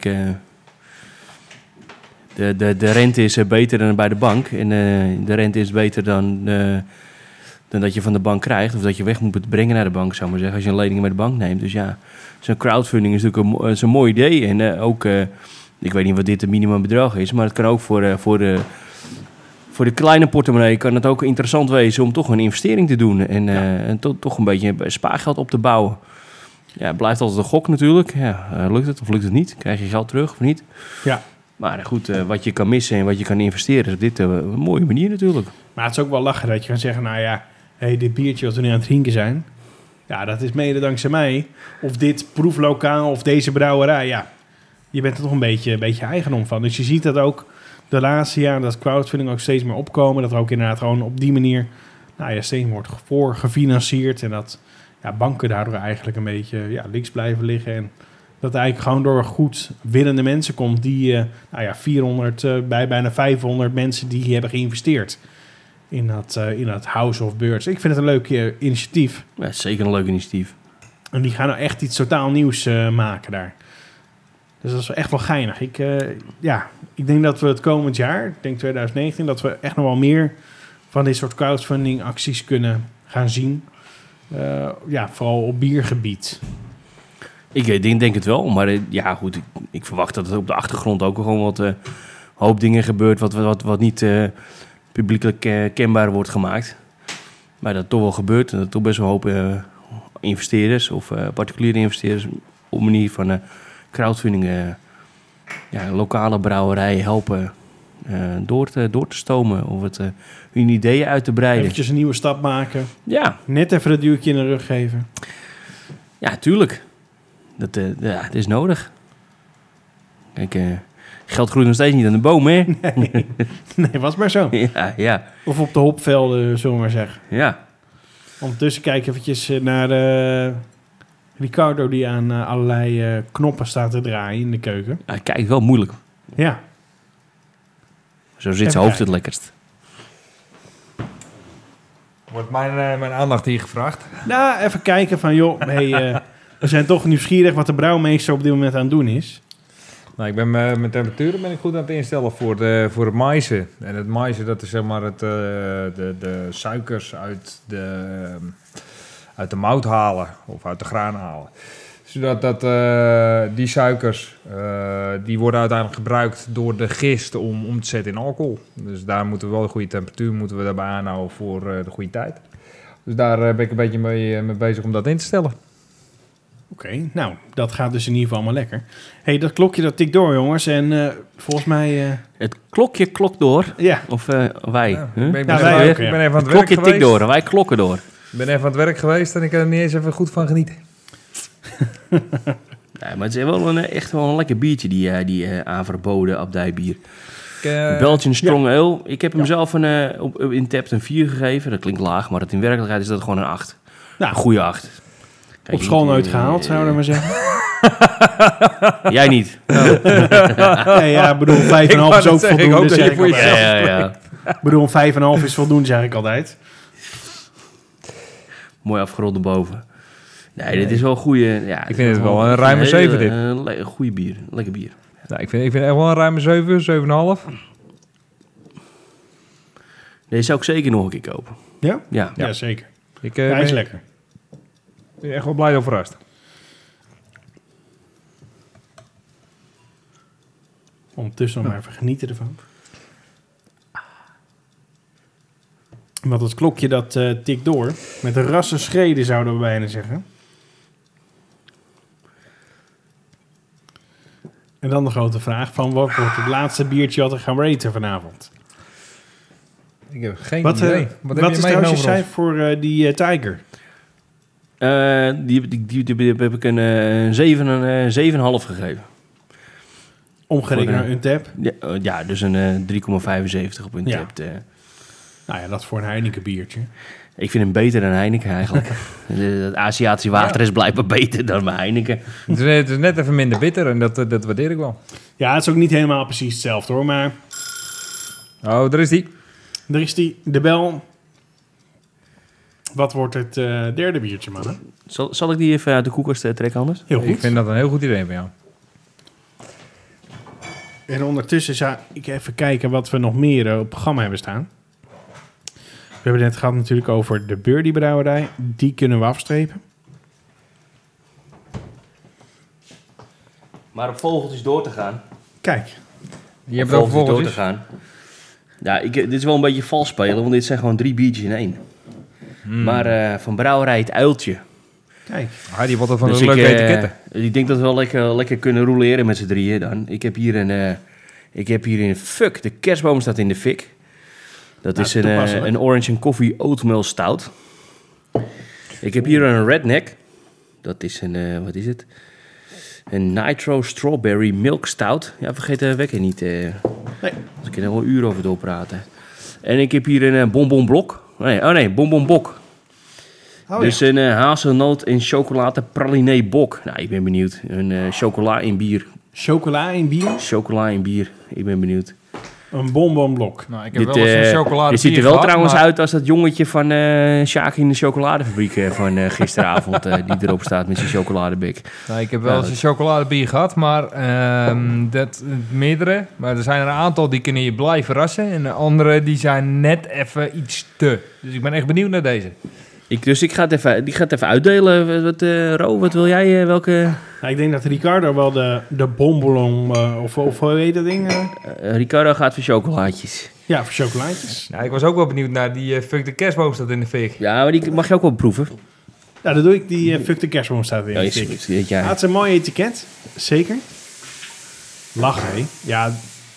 de rente is beter dan bij de bank. En de rente is beter dan dat je van de bank krijgt. Of dat je weg moet brengen naar de bank, zou ik maar zeggen. Als je een lening bij de bank neemt. Dus ja, zo'n crowdfunding is natuurlijk een mooi idee. En ook, ik weet niet wat dit het minimumbedrag is. Maar het kan ook voor de kleine portemonnee kan het ook interessant wezen om toch een investering te doen. En toch een beetje spaargeld op te bouwen. Ja, het blijft altijd een gok natuurlijk. Ja, lukt het of lukt het niet? Krijg je geld terug of niet? Ja. Maar goed, wat je kan missen en wat je kan investeren is op dit een mooie manier natuurlijk. Maar het is ook wel lachen dat je kan zeggen, nou ja, dit biertje wat we nu aan het drinken zijn, ja, dat is mede dankzij mij. Of dit proeflokaal of deze brouwerij, ja, je bent er toch een beetje eigendom van. Dus je ziet dat ook de laatste jaren, dat crowdfunding ook steeds meer opkomen. Dat er ook inderdaad gewoon op die manier steeds wordt voor gefinancierd. En dat banken daardoor eigenlijk een beetje links blijven liggen. En dat eigenlijk gewoon door goed winnende mensen komt die 400 bij bijna 500 mensen die hebben geïnvesteerd in dat House of Birds. Ik vind het een leuk initiatief. Ja, zeker een leuk initiatief. En die gaan nou echt iets totaal nieuws maken daar. Dus dat is echt wel geinig. Ik denk dat we het komend jaar, ik denk 2019, dat we echt nog wel meer van dit soort crowdfunding acties kunnen gaan zien. Vooral op biergebied. Ik denk het wel, maar goed, ik verwacht dat het op de achtergrond ook gewoon wat hoop dingen gebeurt wat niet publiekelijk kenbaar wordt gemaakt. Maar dat het toch wel gebeurt en dat toch best wel een hoop investeerders of particuliere investeerders op manier van crowdfunding lokale brouwerijen helpen door te stomen of hun ideeën uit te breiden. Eventjes een nieuwe stap maken. Ja. Net even dat duwtje in de rug geven. Ja, tuurlijk. Dat is nodig. Kijk, geld groeit nog steeds niet aan de boom, hè? Nee, was maar zo. Ja. Of op de hopvelden, zullen we maar zeggen. Ja. Ondertussen kijk eventjes naar Ricardo die aan allerlei knoppen staat te draaien in de keuken. Hij kijkt wel moeilijk. Ja. Zo zit zijn hoofd het lekkerst. Wordt mijn aandacht hier gevraagd? Nou, even kijken van, joh, we zijn toch nieuwsgierig wat de brouwmeester op dit moment aan het doen is. Nou, ik ben mijn temperaturen goed aan het instellen voor het maïzen. En het maïzen, dat is zeg maar de suikers uit de mout halen of uit de graan halen. Zodat die suikers, die worden uiteindelijk gebruikt door de gist om te zetten in alcohol. Dus daar moeten we wel de goede temperatuur daarbij aanhouden voor de goede tijd. Dus daar ben ik een beetje mee bezig om dat in te stellen. Oké, nou, dat gaat dus in ieder geval allemaal lekker. Hey, dat klokje dat tikt door, jongens. En volgens mij... Het klokje klokt door. Ja. Of wij. Ja, Huh? ik ben even aan het werk Het klokje tikt door en wij klokken door. Ik ben even aan het werk geweest en ik kan er niet eens even goed van genieten. Ja, maar het is wel echt wel een lekker biertje, die Averboden Abdijbier. Belgian Strong Ale. Ik heb hem zelf in Tapt een 4 gegeven. Dat klinkt laag, maar in werkelijkheid is dat gewoon een 8. Nou, een goede 8. Kijk, op school nooit gehaald, zouden we maar zeggen. Jij niet. Ik bedoel, 5,5 is ook voldoende, zeg ik altijd. Ja. Ik bedoel, 5,5 is voldoende, zeg ik altijd. Mooi afgerond erboven. Nee, dit is wel een goede... Ja, ik vind het wel een ruime 7 dit. Een goede bier, lekker bier. Nou, ik vind echt wel een ruime 7, 7,5. Deze zou ik zeker nog een keer kopen. Ja? Ja, Ja, zeker. Hij is lekker. Ik ben echt wel blij dat verrast. Ondertussen nog maar even genieten ervan. Want het klokje dat tikt door. Met een rasse schreden zouden we bijna zeggen. En dan de grote vraag van wat wordt het laatste biertje wat we gaan raten vanavond? Ik heb geen idee. Wat is trouwens je cijfer voor die Tiger? Die heb ik een 7,5 gegeven. Omgerekend naar Untap? Ja, dus een 3,75 op Untap. Ja. Nou ja, dat is voor een Heineken biertje. Ik vind hem beter dan Heineken eigenlijk. Het Aziatische water is blijkbaar beter dan mijn Heineken. Het is net even minder bitter en dat waardeer ik wel. Ja, het is ook niet helemaal precies hetzelfde hoor, maar... Oh, daar is die. Er is die, de bel. Wat wordt het derde biertje, mannen? Zal ik die even uit de koelkast trekken anders? Heel goed. Ik vind dat een heel goed idee bij jou. En ondertussen zou ik even kijken wat we nog meer op het programma hebben staan. We hebben het gehad natuurlijk over de Birdie Brouwerij. Die kunnen we afstrepen. Maar op vogeltjes door te gaan. Kijk. Je hebt het over door te vogeltjes. gaan. Ja, dit is wel een beetje vals spelen, want dit zijn gewoon 3 biertjes in 1. Maar van Brouwerij Het Uiltje. Kijk. Ah, die wordt er van Dus een leuke etiketten. Ik denk dat we wel lekker kunnen roleren met z'n drieën dan. Ik heb hier een Fuck, de kerstboom staat in de fik. Dat is een Orange and Coffee Oatmeal Stout. Ik heb hier een Redneck. Dat is wat is het? Een Nitro Strawberry Milk Stout. Ja, vergeet de wekker niet. Nee. Als ik er wel een uur over doorpraten. En ik heb hier een Bonbon Blok. Bonbon Bok. Oh, Dus een hazelnoot en chocolade pralinee bok. Nou, ik ben benieuwd. Een chocola in bier. Chocola in bier. Chocola in bier. Ik ben benieuwd. Een bonbonblok. Nou, ik heb wel eens een chocolade dit ziet er bier wel gehad, trouwens maar- uit als dat jongetje van Sjaak in de chocoladefabriek van gisteravond. Die erop staat met zijn chocoladebek. Nou, ik heb wel eens een chocoladebier gehad, maar meerdere. Maar er zijn er een aantal die kunnen je blij verrassen. En de andere die zijn net even iets te. Dus ik ben echt benieuwd naar deze. Ik ga het even uitdelen. Ro, wat wil jij? Welke? Nou, ik denk dat Ricardo wel de bonbon, of hoe heet dat ding? Ricardo gaat voor chocolaatjes. Ja, voor chocolaatjes. Nou, ik was ook wel benieuwd naar die Fuck de kerstboom staat in de fik. Ja, maar die mag je ook wel proeven. Ja, dan doe ik die Fuck de kerstboom staat weer in de fik. Ja, het is een mooi etiket. Zeker. Lachen, hé. Ja.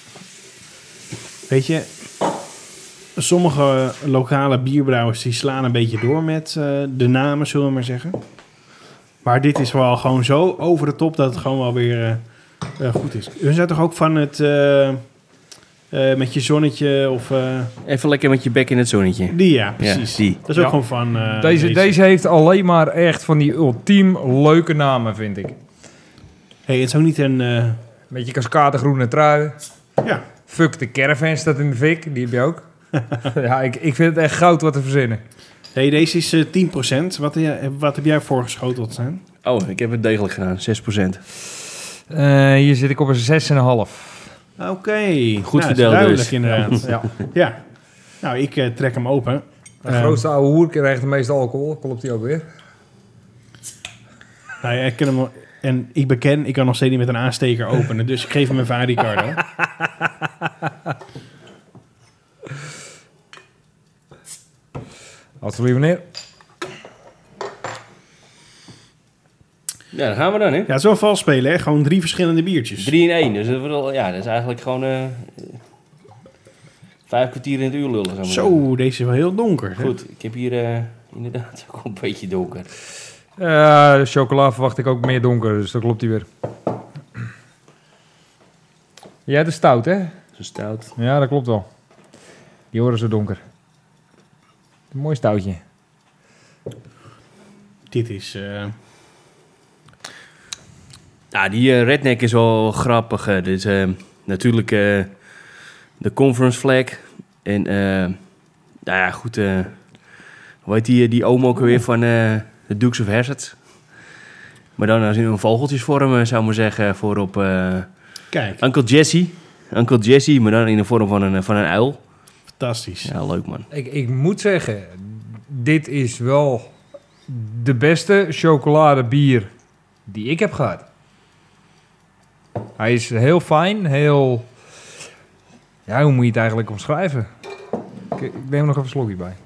Weet je, sommige lokale bierbrouwers die slaan een beetje door met de namen, zullen we maar zeggen. Maar dit is wel gewoon zo over de top dat het gewoon wel weer goed is. We zijn toch ook van het met je zonnetje of... Even lekker met je bek in het zonnetje. Die, ja, precies. Ja, die. Dat is ook Ja. gewoon van... Deze heeft alleen maar echt van die ultiem leuke namen, vind ik. Hey, het is ook niet een... Beetje cascadegroene trui. ja. Fuck de caravan staat in de fik, die heb je ook. Ja, ik vind het echt goud wat te verzinnen. Hey, deze is 10%. Wat heb jij voorgeschoteld zijn? Oh, ik heb het degelijk gedaan. 6%. Hier zit ik op een 6,5. Oké. Goed nou, verdeeld duidelijk dus. inderdaad. Ja. Ja. Nou, ik trek hem open. De grootste oude hoer krijgt de meeste alcohol. Klopt die ook weer? Nou, ja, ik kan hem, en ik kan nog steeds niet met een aansteker openen. Dus ik geef hem even aan Ricardo. Alsjeblieft, meneer. Ja, daar gaan we dan, hè? Ja, het is wel vals spelen, hè? Gewoon 3 verschillende biertjes. 3 in 1. Dus dat is eigenlijk gewoon 5 kwartier in het uur lullen. Zou ik maar zeggen. Zo, deze is wel heel donker. Hè? Goed, ik heb hier inderdaad ook een beetje donker. De chocola verwacht ik ook meer donker, dus dat klopt die weer. Jij hebt de stout, hè? Zo stout. Ja, dat klopt wel. Die horen zo donker. Een mooi stoutje. Dit is... Ja, die Redneck is wel grappig. Dit is natuurlijk de conference flag. En nou ja, goed. Hoe heet die oom ook weer van de Dukes of Hazzard? Maar dan als in een vogeltjesvorm, zou ik maar zeggen, voorop Kijk, Uncle Jesse, maar dan in de vorm van een uil. fantastisch. Ja, leuk man. Ik moet zeggen, dit is wel de beste chocoladebier die ik heb gehad. Hij is heel fijn, heel... Ja, hoe moet je het eigenlijk omschrijven? Ik neem er nog even een slokje bij.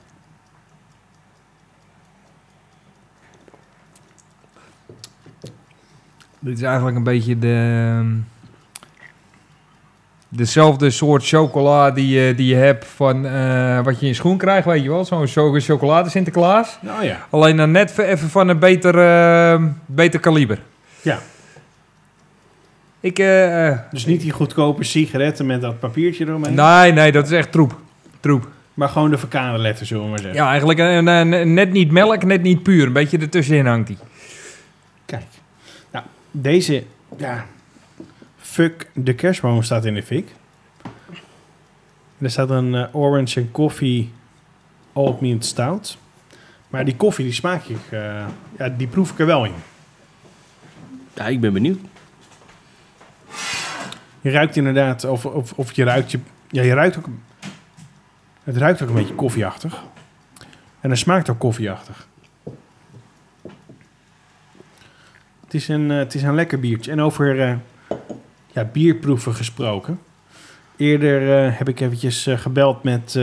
Dit is eigenlijk een beetje dezelfde soort chocola die je hebt van wat je in je schoen krijgt, weet je wel. Zo'n chocolade Sinterklaas. Nou ja. Alleen dan net even van een beter kaliber. Ja. Ik, Dus niet die goedkope sigaretten met dat papiertje eromheen. nee, dat is echt troep. Maar gewoon de verkade letter, zullen we maar zeggen. Ja, eigenlijk net niet melk, net niet puur. Een beetje ertussenin hangt die. Kijk. Nou, deze... Ja... Fuck de kerstboom staat in de fik. En er staat een Orange and Coffee Oatmeal Stout. Maar die koffie, die smaak ik, die proef ik er wel in. Ja, ik ben benieuwd. Je ruikt inderdaad, of je ruikt... je ruikt ook... Het ruikt ook een beetje koffieachtig. En het smaakt ook koffieachtig. Het is een lekker biertje. En over bierproeven gesproken. Eerder heb ik eventjes gebeld met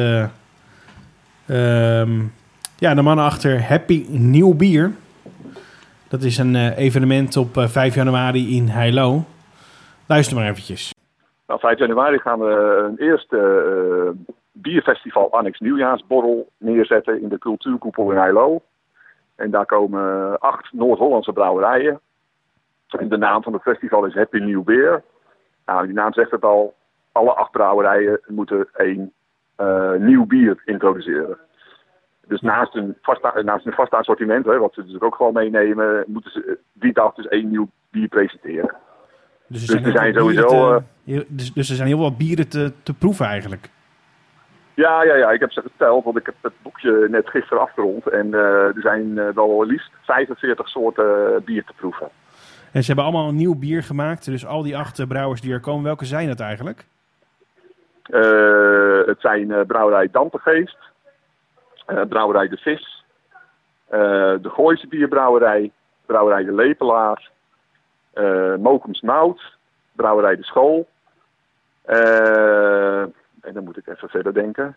de mannen achter Happy Nieuw Bier. Dat is een evenement op 5 januari in Heilo. Luister maar eventjes. Nou, 5 januari gaan we een eerste bierfestival Annex Nieuwjaarsborrel neerzetten in de Cultuurkoepel in Heilo. En daar komen 8 Noord-Hollandse brouwerijen. En de naam van het festival is Happy Nieuw Bier. Nou, die naam zegt het al. Alle 8 brouwerijen moeten 1 nieuw bier introduceren. Dus naast een vast assortiment, wat ze dus ook gewoon meenemen, moeten ze die dag dus 1 nieuw bier presenteren. Dus er zijn sowieso... Dus er zijn heel wat bieren te proeven eigenlijk. Ja, ik heb ze geteld, want ik heb het boekje net gisteren afgerond. En er zijn wel liefst 45 soorten bier te proeven. En ze hebben allemaal een nieuw bier gemaakt. Dus al die 8 brouwers die er komen, welke zijn het eigenlijk? Het zijn brouwerij Dantegeest, brouwerij De Vis, de Gooise Bierbrouwerij, brouwerij De Lepelaar, Mokems Mout, brouwerij De School. En dan moet ik even verder denken.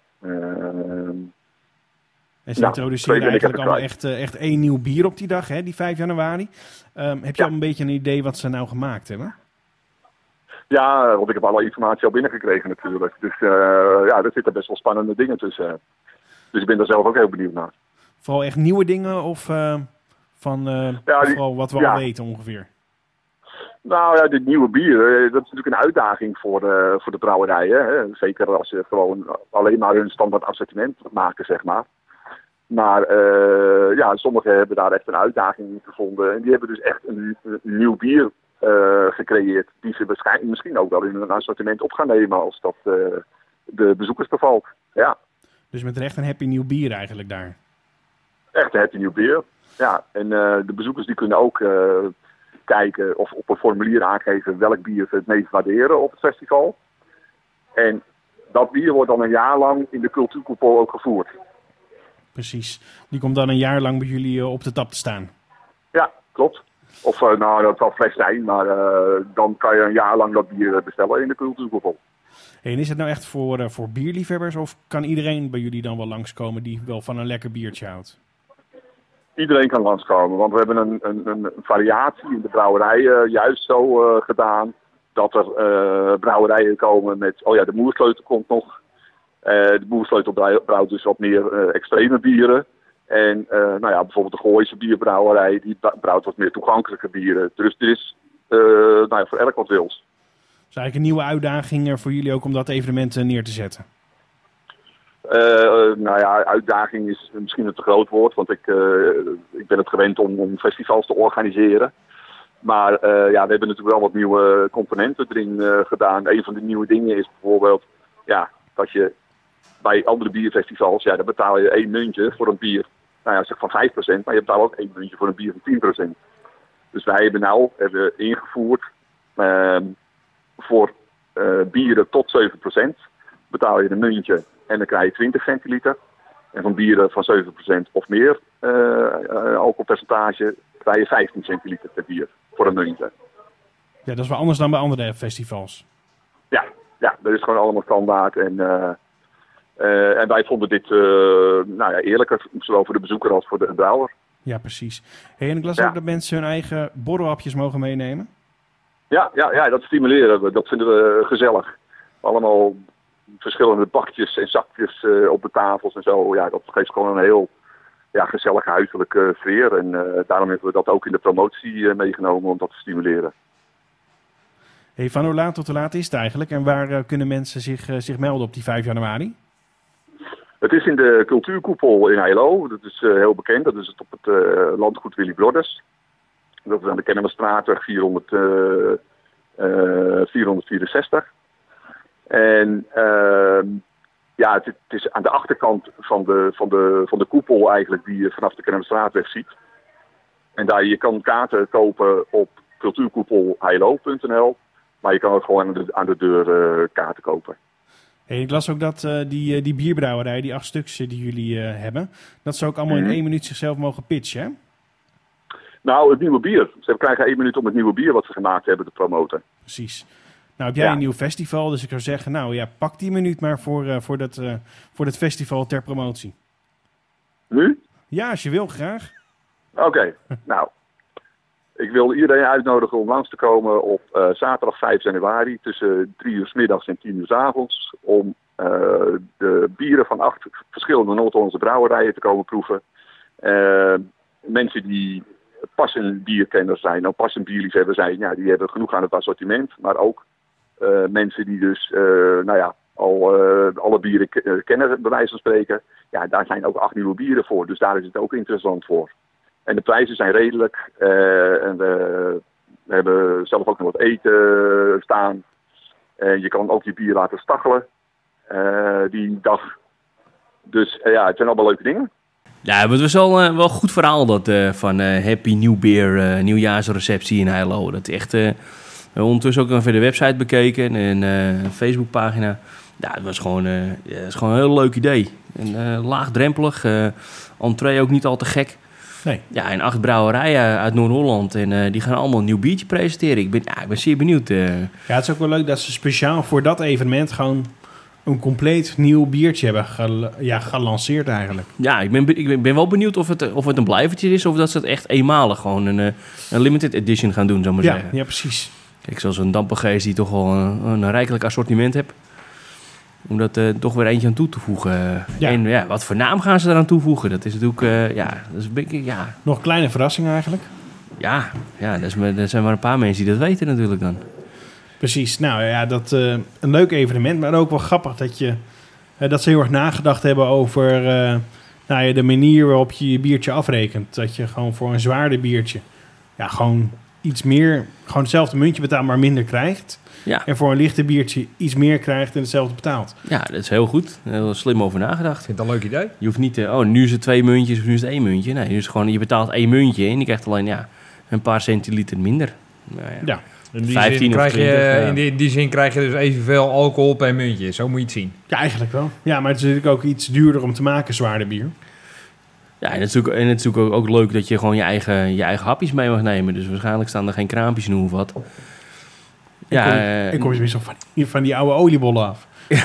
En ze introduceren eigenlijk allemaal echt 1 nieuw bier op die dag, hè, die 5 januari. Heb je al een beetje een idee wat ze nou gemaakt hebben? Ja, want ik heb alle informatie al binnengekregen natuurlijk. Dus er zitten best wel spannende dingen tussen. Dus ik ben daar zelf ook heel benieuwd naar. Vooral echt nieuwe dingen of vooral wat we al weten ongeveer? Nou ja, dit nieuwe bier, dat is natuurlijk een uitdaging voor de brouwerijen. Hè. Zeker als ze gewoon alleen maar hun standaard assortiment maken, zeg maar. Maar sommigen hebben daar echt een uitdaging in gevonden. En die hebben dus echt een nieuw bier gecreëerd. Die ze misschien ook wel in een assortiment op gaan nemen als dat de bezoekers bevalt. Ja. Dus met recht een happy nieuw bier eigenlijk daar? Echt een happy nieuw bier. Ja, en de bezoekers die kunnen ook kijken of op een formulier aangeven welk bier ze het meest waarderen op het festival. En dat bier wordt dan een jaar lang in de cultuurkoepel ook gevoerd. Precies. Die komt dan een jaar lang bij jullie op de tap te staan. Ja, klopt. Of dat zal fles zijn, maar dan kan je een jaar lang dat bier bestellen in de cultuurkoepel. En is het nou echt voor bierliefhebbers of kan iedereen bij jullie dan wel langskomen die wel van een lekker biertje houdt? Iedereen kan langskomen, want we hebben een variatie in de brouwerijen juist zo gedaan dat er brouwerijen komen met, de Moersleutel komt nog. De Moersleutel brouwt dus wat meer extreme bieren. En bijvoorbeeld de Gooise bierbrouwerij, die brouwt wat meer toegankelijke bieren. Dus er is voor elk wat wils. Is eigenlijk een nieuwe uitdaging voor jullie ook om dat evenement neer te zetten? Uitdaging is misschien een te groot woord, want ik ben het gewend om festivals te organiseren. Maar we hebben natuurlijk wel wat nieuwe componenten erin gedaan. Een van de nieuwe dingen is bijvoorbeeld dat je bij andere bierfestivals, dan betaal je 1 muntje voor een bier. Zeg van 5%, maar je betaalt ook 1 muntje voor een bier van 10%. Dus wij hebben ingevoerd voor bieren tot 7% betaal je een muntje en dan krijg je 20 centiliter. En van bieren van 7% of meer alcoholpercentage krijg je 15 centiliter per bier voor een muntje. Ja, dat is wel anders dan bij andere festivals. Ja, dat is gewoon allemaal standaard. En wij vonden dit eerlijker, zowel voor de bezoeker als voor de brouwer. Ja, precies. En ik las ook dat mensen hun eigen borrelhapjes mogen meenemen. Ja, dat stimuleren we. Dat vinden we gezellig. Allemaal verschillende bakjes en zakjes op de tafels en zo. Ja, dat geeft gewoon een heel gezellige huiselijke sfeer. En daarom hebben we dat ook in de promotie meegenomen om dat te stimuleren. Van hoe laat tot hoe laat is het eigenlijk? En waar kunnen mensen zich melden op die 5 januari? Het is in de cultuurkoepel in Heilo. Dat is heel bekend. Dat is op het landgoed Willy Broders. Dat is aan de Kennemerstraatweg 464. En Ja, het is aan de achterkant van de koepel eigenlijk die je vanaf de Kermstraatweg ziet. En daar je kan kaarten kopen op cultuurkoepelheilo.nl. Maar je kan ook gewoon aan de deur kaarten kopen. Hey, ik las ook dat die bierbrouwerij, die 8 stuks die jullie hebben, dat ze ook allemaal in 1 minuut zichzelf mogen pitchen, hè? Nou, het nieuwe bier. Ze krijgen 1 minuut om het nieuwe bier wat ze gemaakt hebben te promoten. Precies. Nou, heb jij een nieuw festival, dus ik zou zeggen, nou ja, pak die minuut maar voor dat festival ter promotie. Nu? Ja, als je wil, graag. Oké. Nou, ik wil iedereen uitnodigen om langs te komen op zaterdag 5 januari tussen 3 uur 's middags en 10 uur 's avonds. Om de bieren van 8 verschillende Noord-Hollandse brouwerijen te komen proeven. Mensen die passend bierkenners zijn, of passend bierliefhebber zijn, ja, die hebben genoeg aan het assortiment. Maar ook mensen die dus, alle bieren kennen, bij wijze van spreken. Ja, daar zijn ook 8 nieuwe bieren voor. Dus daar is het ook interessant voor. En de prijzen zijn redelijk. En we hebben zelf ook nog wat eten staan. En je kan ook je bier laten stachelen die dag. Dus het zijn allemaal leuke dingen. Ja, het was wel een goed verhaal dat van Happy New Beer, nieuwjaarsreceptie in Heilo. Dat echt, ondertussen ook even de website bekeken en een Facebookpagina. Ja, het was gewoon een heel leuk idee. En, laagdrempelig, entree ook niet al te gek. Nee. Ja, en 8 brouwerijen uit Noord-Holland en die gaan allemaal een nieuw biertje presenteren. Ik ben zeer benieuwd. Ja, het is ook wel leuk dat ze speciaal voor dat evenement gewoon een compleet nieuw biertje hebben gelanceerd eigenlijk. Ja, ik ben wel benieuwd of het een blijvertje is of dat ze het echt eenmalig gewoon een limited edition gaan doen, zou ik maar zeggen. Ja, precies. Kijk, zoals een Dampergeest die toch wel een rijkelijk assortiment heeft. Om dat toch weer eentje aan toe te voegen. Ja. En wat voor naam gaan ze eraan toevoegen? Dat is natuurlijk, dat is een beetje, Nog een kleine verrassing eigenlijk. Ja, er zijn maar een paar mensen die dat weten natuurlijk dan. Precies. Nou ja, dat een leuk evenement, maar ook wel grappig dat ze heel erg nagedacht hebben over de manier waarop je je biertje afrekent. Dat je gewoon voor een zwaarder biertje gewoon iets meer, gewoon hetzelfde muntje betaalt, maar minder krijgt. Ja. En voor een lichter biertje iets meer krijgt en hetzelfde betaalt. Ja, dat is heel goed. Heel slim over nagedacht. Ik vind dat een leuk idee. Je hoeft niet, nu is het 2 muntjes of nu is het 1 muntje. Nee, nu is het gewoon, je betaalt 1 muntje en je krijgt alleen een paar centiliter minder. Nou Ja. In die 15 zin of krijg 20, ja. in die zin krijg je dus evenveel alcohol per muntje. Zo moet je het zien. Ja, eigenlijk wel. Ja, maar het is natuurlijk ook iets duurder om te maken, zwaarder bier. Ja, en het is natuurlijk ook leuk dat je gewoon je eigen hapjes mee mag nemen. Dus waarschijnlijk staan er geen kraampjes in of wat. Ik kom je zo van die oude oliebollen af.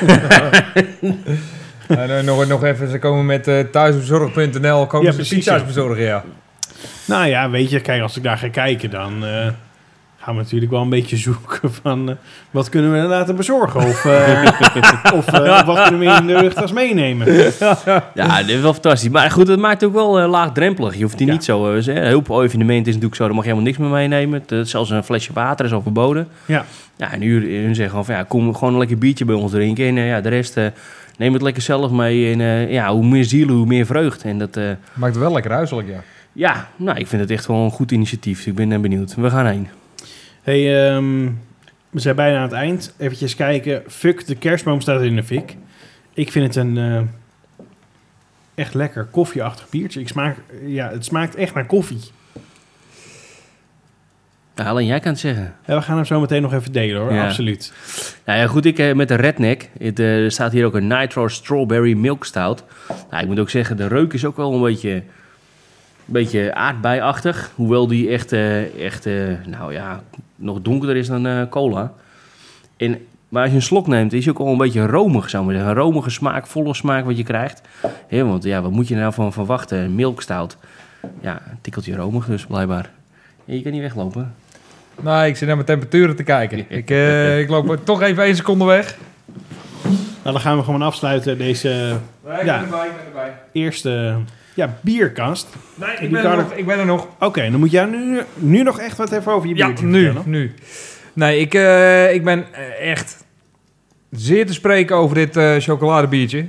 Nog even, ze komen met thuisbezorg.nl, komen ze precies, pizza's bezorgen, ja. Nou ja, weet je, kijk, als ik daar ga kijken, dan gaan we natuurlijk wel een beetje zoeken van wat kunnen we laten bezorgen of wat kunnen we in de rugtas meenemen. Ja, dit is wel fantastisch. Maar goed, het maakt ook wel laagdrempelig. Je hoeft die niet zo... heel veel evenementen is natuurlijk zo, daar mag je helemaal niks meer meenemen. Zelfs een flesje water is al verboden. Ja. Ja, en hun zeggen van, kom gewoon een lekker biertje bij ons drinken. En de rest... neem het lekker zelf mee. En hoe meer zielen, hoe meer vreugd. En dat maakt het wel lekker huiselijk, ja. Ja, nou, ik vind het echt wel een goed initiatief. Dus ik ben benieuwd. We gaan heen. Hey, we zijn bijna aan het eind. Even kijken. Fuck, de kerstboom staat in de fik. Ik vind het een echt lekker koffieachtig biertje. Het smaakt echt naar koffie. Nou, alleen jij kan het zeggen. Ja, we gaan hem zo meteen nog even delen hoor, Ja. Absoluut. Nou ja, goed, ik met de Redneck. Er staat hier ook een Nitro Strawberry Milk Stout. Nou, ik moet ook zeggen, de reuk is ook wel een beetje aardbeiachtig. Hoewel die echt nog donkerder is dan cola. Maar als je een slok neemt, is hij ook al een beetje romig, zou ik maar zeggen. Een romige smaak, volle smaak wat je krijgt. Ja, want wat moet je nou van verwachten? Milk Stout. Ja, een tikkeltje romig dus, blijkbaar. Ja, je kan niet weglopen. Nou, ik zit naar mijn temperaturen te kijken. Ik loop toch even 1 seconde weg. Nou, dan gaan we gewoon afsluiten deze Ik ben erbij. eerste bierkast. Nee, ik ben er nog. Oké, dan moet jij nu nog echt wat even over je biertje vertellen. nu. Nee, ik ben echt zeer te spreken over dit chocoladebiertje.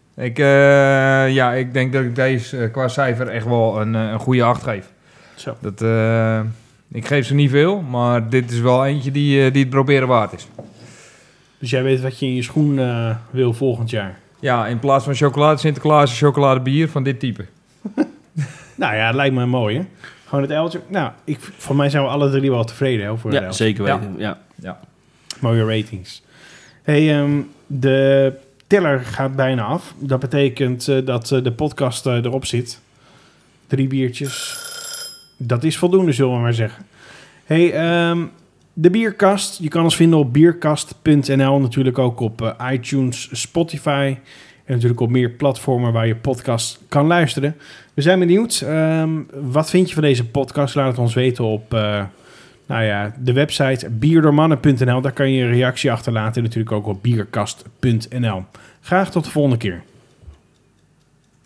Ik denk dat ik deze qua cijfer echt wel een goede 8 geef. Zo. Ik geef ze niet veel, maar dit is wel eentje die het proberen waard is. Dus jij weet wat je in je schoen wil volgend jaar? Ja, in plaats van chocolade Sinterklaas, chocoladebier van dit type. Nou ja, het lijkt me mooi, hè? Gewoon het uiltje. Nou, voor mij zijn we alle 3 wel tevreden, hè, voor het Ja, uiltje. zeker weten. Ja. Mooie ratings. Hey, de teller gaat bijna af. Dat betekent dat de podcast erop zit. 3 biertjes. Dat is voldoende, zullen we maar zeggen. Hey, de Bierkast. Je kan ons vinden op bierkast.nl. Natuurlijk ook op iTunes, Spotify. En natuurlijk op meer platformen waar je podcast kan luisteren. We zijn benieuwd. Wat vind je van deze podcast? Laat het ons weten op de website bierdoormannen.nl. Daar kan je een reactie achterlaten. En natuurlijk ook op bierkast.nl. Graag tot de volgende keer.